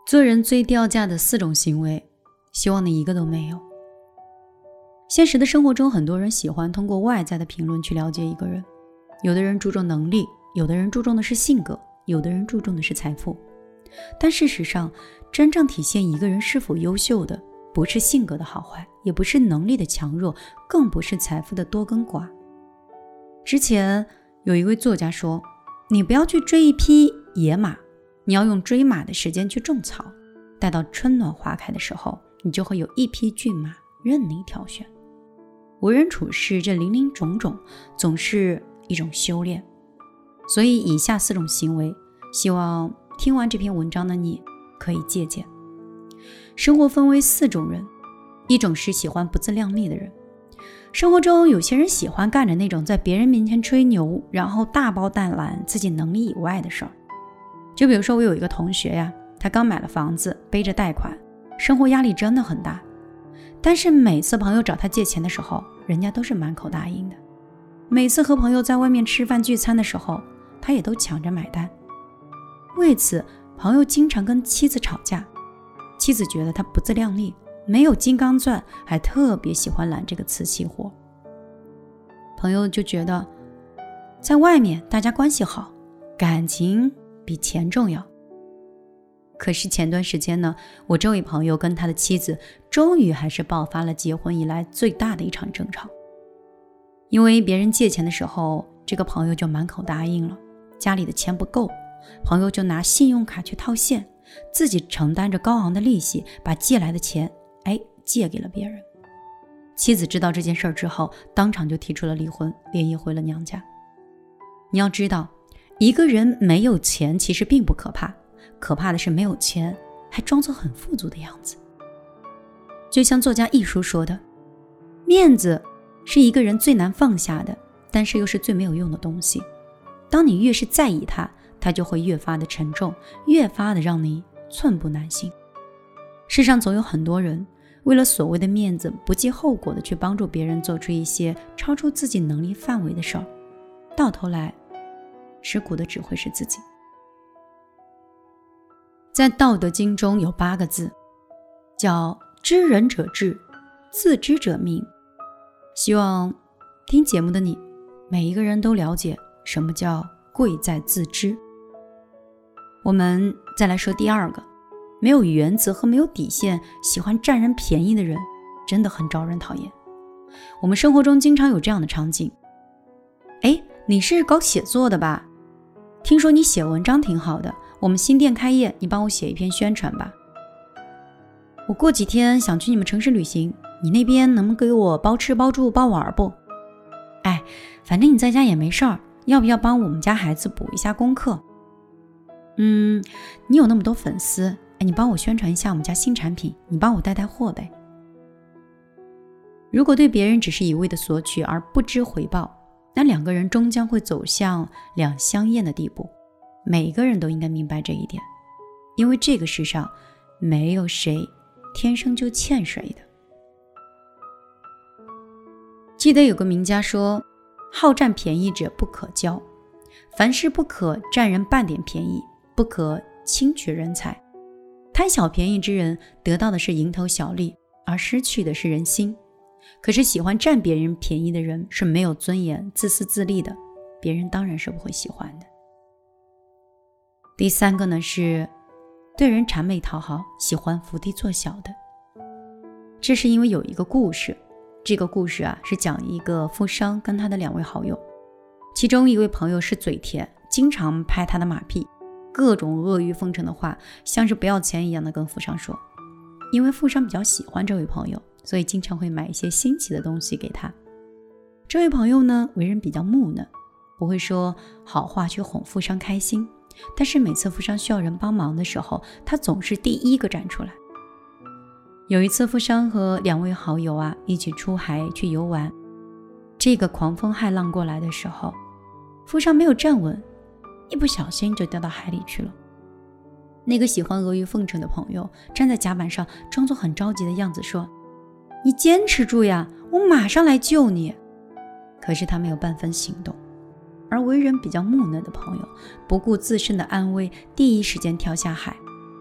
做人最掉价的4种行为，希望你一个都没有。现实的生活中，很多人喜欢通过外在的评论去了解一个人，有的人注重能力，有的人注重的是性格，有的人注重的是财富。但事实上，真正体现一个人是否优秀的，不是性格的好坏，也不是能力的强弱，更不是财富的多跟寡。之前有一位作家说，你不要去追一匹野马，你要用追马的时间去种草，待到春暖花开的时候，你就会有一匹骏马任你挑选。为人处事，这林林种种总是一种修炼。所以以下4种行为，希望听完这篇文章的你可以借鉴。生活分为4种人，一种是喜欢不自量力的人。生活中有些人喜欢干着那种在别人面前吹牛，然后大包大揽自己能力以外的事儿。就比如说我有一个同学呀，他刚买了房子，背着贷款，生活压力真的很大。但是每次朋友找他借钱的时候，人家都是满口答应的。每次和朋友在外面吃饭聚餐的时候，他也都抢着买单。为此，朋友经常跟妻子吵架，妻子觉得他不自量力，没有金刚钻，还特别喜欢揽这个瓷器活。朋友就觉得在外面大家关系好，感情比钱重要。可是前段时间呢，我这位朋友跟他的妻子终于还是爆发了结婚以来最大的一场争吵。因为别人借钱的时候，这个朋友就满口答应了，家里的钱不够，朋友就拿信用卡去套现，自己承担着高昂的利息，把借来的钱借给了别人。妻子知道这件事之后，当场就提出了离婚，连夜回了娘家。你要知道，一个人没有钱其实并不可怕，可怕的是没有钱还装作很富足的样子。就像作家一书说的，面子是一个人最难放下的，但是又是最没有用的东西。当你越是在意它，它就会越发的沉重，越发的让你寸步难行。世上总有很多人为了所谓的面子，不计后果的去帮助别人做出一些超出自己能力范围的事儿，到头来吃苦的只会是自己。在《道德经》中有8个字，叫知人者智，自知者明。希望听节目的你，每一个人都了解什么叫贵在自知。我们再来说第2个，没有原则和没有底线，喜欢占人便宜的人真的很招人讨厌。我们生活中经常有这样的场景，你是搞写作的吧？听说你写文章挺好的，我们新店开业，你帮我写一篇宣传吧。我过几天想去你们城市旅行，你那边能给我包吃包住包玩不？反正你在家也没事儿，要不要帮我们家孩子补一下功课？你有那么多粉丝，你帮我宣传一下我们家新产品，你帮我带带货呗。如果对别人只是一味的索取而不知回报，那2个人终将会走向两相厌的地步。每一个人都应该明白这一点，因为这个世上没有谁天生就欠谁的。记得有个名家说，好占便宜者不可交，凡事不可占人半点便宜，不可轻取人才。贪小便宜之人得到的是蝇头小利，而失去的是人心。可是喜欢占别人便宜的人是没有尊严、自私自利的，别人当然是不会喜欢的。第3个呢，是对人谄媚讨好，喜欢伏低做小的。这是因为有一个故事，这个故事是讲一个富商跟他的2位好友，其中一位朋友是嘴甜，经常拍他的马屁，各种阿谀奉承的话，像是不要钱一样的跟富商说。因为富商比较喜欢这位朋友，所以经常会买一些新奇的东西给他。这位朋友呢，为人比较木讷，不会说好话去哄富商开心，但是每次富商需要人帮忙的时候，他总是第一个站出来。有一次，富商和2位好友一起出海去游玩，这个狂风骇浪过来的时候，富商没有站稳，一不小心就掉到海里去了。那个喜欢阿谀奉承的朋友站在甲板上，装作很着急的样子说，你坚持住呀，我马上来救你。可是他没有半分行动。而为人比较木讷的朋友，不顾自身的安危，第一时间跳下海，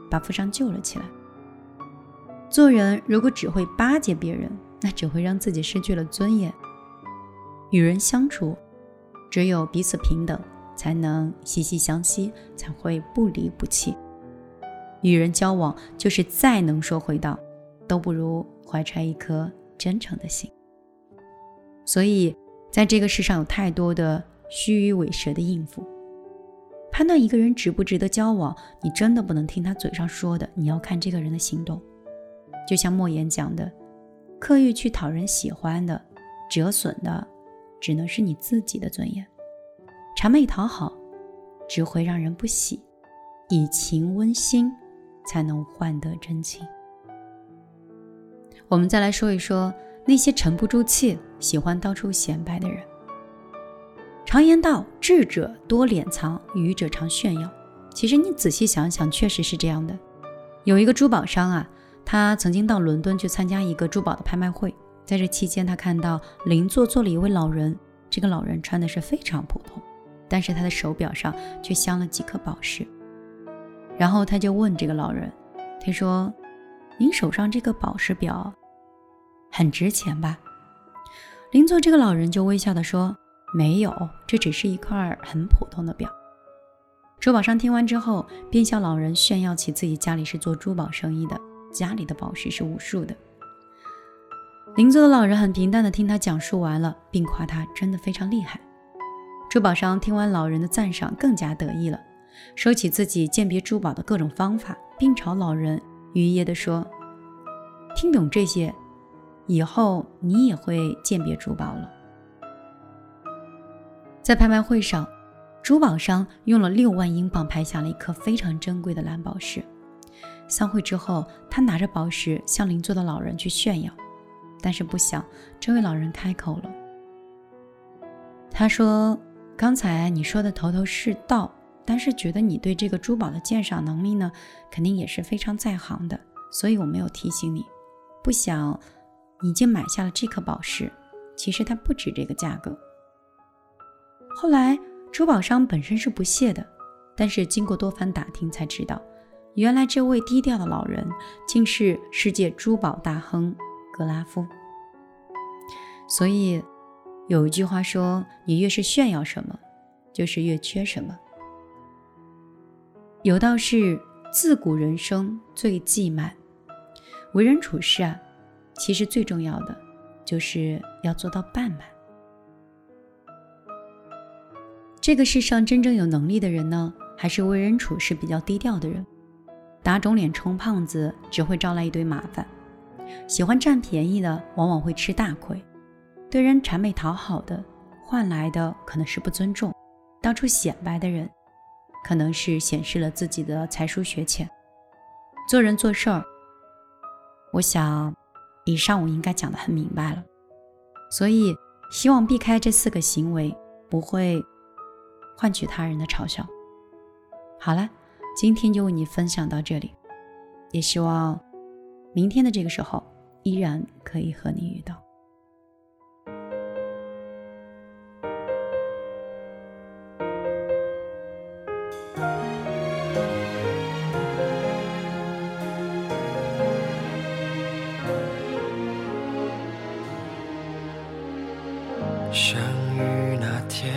把富商救了起来。做人如果只会巴结别人，那只会让自己失去了尊严。与人相处，只有彼此平等，才能息息相惜，才会不离不弃。与人交往，就是再能说会道，都不如怀揣一颗真诚的心。所以在这个世上有太多的虚与委蛇的应付。判断一个人值不值得交往，你真的不能听他嘴上说的，你要看这个人的行动。就像莫言讲的，刻意去讨人喜欢的，折损的只能是你自己的尊严。谄媚讨好只会让人不喜，以情温心才能换得真情。我们再来说一说那些沉不住气喜欢到处显摆的人。常言道，智者多敛藏，愚者常炫耀。其实你仔细想想，确实是这样的。有一个珠宝商啊，他曾经到伦敦去参加一个珠宝的拍卖会，在这期间他看到邻座坐了一位老人，这个老人穿的是非常普通，但是他的手表上却镶了几颗宝石。然后他就问这个老人，他说，您手上这个宝石表很值钱吧？邻座这个老人就微笑地说，没有，这只是一块很普通的表。珠宝商听完之后，便向老人炫耀起自己家里是做珠宝生意的，家里的宝石是无数的。邻座的老人很平淡地听他讲述完了，并夸他真的非常厉害。珠宝商听完老人的赞赏，更加得意了，说起自己鉴别珠宝的各种方法，并朝老人愉悦地说，听懂这些，以后你也会鉴别珠宝了。在拍卖会上，珠宝商用了6万英镑拍下了一颗非常珍贵的蓝宝石。散会之后，他拿着宝石向邻座的老人去炫耀，但是不想这位老人开口了。他说，刚才你说的头头是道，但是觉得你对这个珠宝的鉴赏能力呢，肯定也是非常在行的，所以我没有提醒你。不想你已经买下了这颗宝石，其实它不值这个价格。后来珠宝商本身是不屑的，但是经过多番打听才知道，原来这位低调的老人竟是世界珠宝大亨格拉夫。所以有一句话说，你越是炫耀什么，就是越缺什么。有道是，自古人生最忌慢。为人处事啊，其实最重要的就是要做到半满。这个世上真正有能力的人呢，还是为人处事比较低调的人。打肿脸充胖子只会招来一堆麻烦，喜欢占便宜的往往会吃大亏，对人谄媚讨好的换来的可能是不尊重，到处显摆的人可能是显示了自己的才疏学浅。做人做事儿，我想以上我应该讲得很明白了，所以希望避开这4个行为，不会换取他人的嘲笑。好了，今天就为你分享到这里，也希望明天的这个时候依然可以和你遇到。 相遇那天，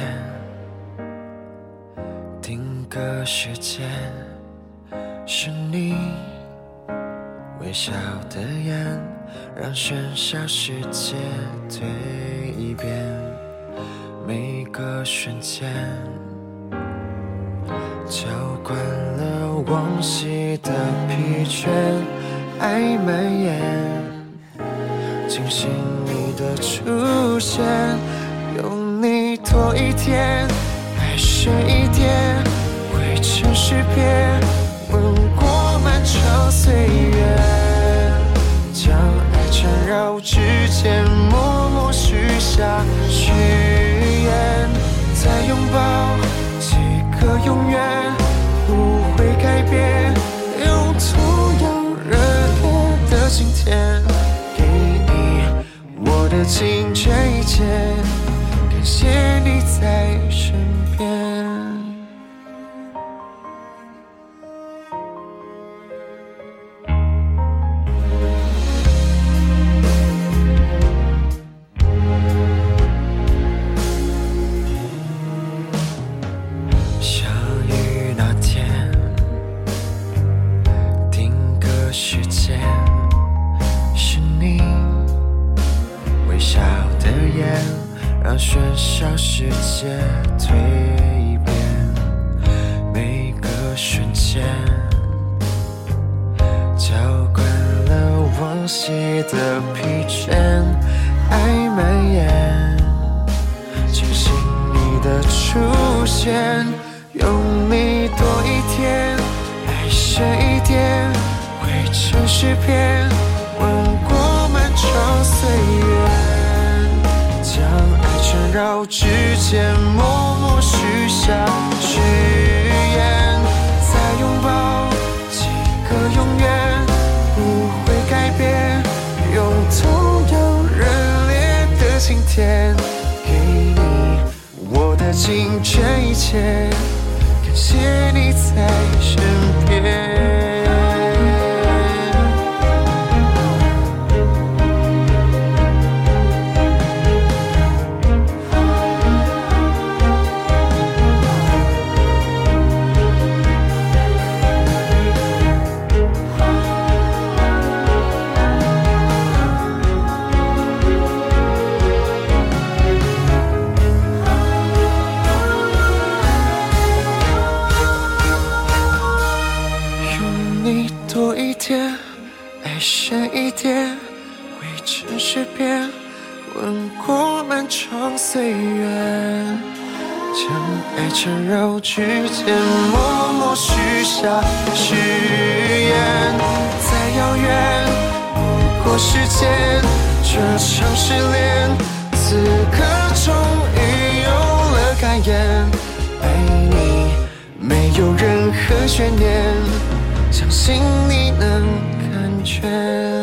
定格时间，是你微笑的眼，让喧嚣世界蜕变。每个瞬间，浇灌了往昔的疲倦，爱蔓延，惊醒你的出现。有你多一天，爱深一点，汇成诗篇，吻过漫长岁月，将爱缠绕指尖，默默许下许愿，再拥抱几个永远，不会改变，用同样热烈的今天，给你我的情真意切，感谢你在身边。 喧嚣世界蜕变，每个瞬间浇灌了往昔的疲倦，爱蔓延，庆幸你的出现，用你多一天，爱深一点，汇成诗篇，吻过漫长岁月，将爱缠绕指尖，默默许下誓言，再拥抱几个永远，不会改变，用同样热烈的今天，给你我的尽这一切，感谢你在身边。多一点，爱深一点，汇成诗篇，吻过漫长岁月，将爱缠绕指尖，默默许下誓言，再遥远不过时间，这场失恋，此刻终于有了改言，爱你没有任何悬念，相信你能感觉。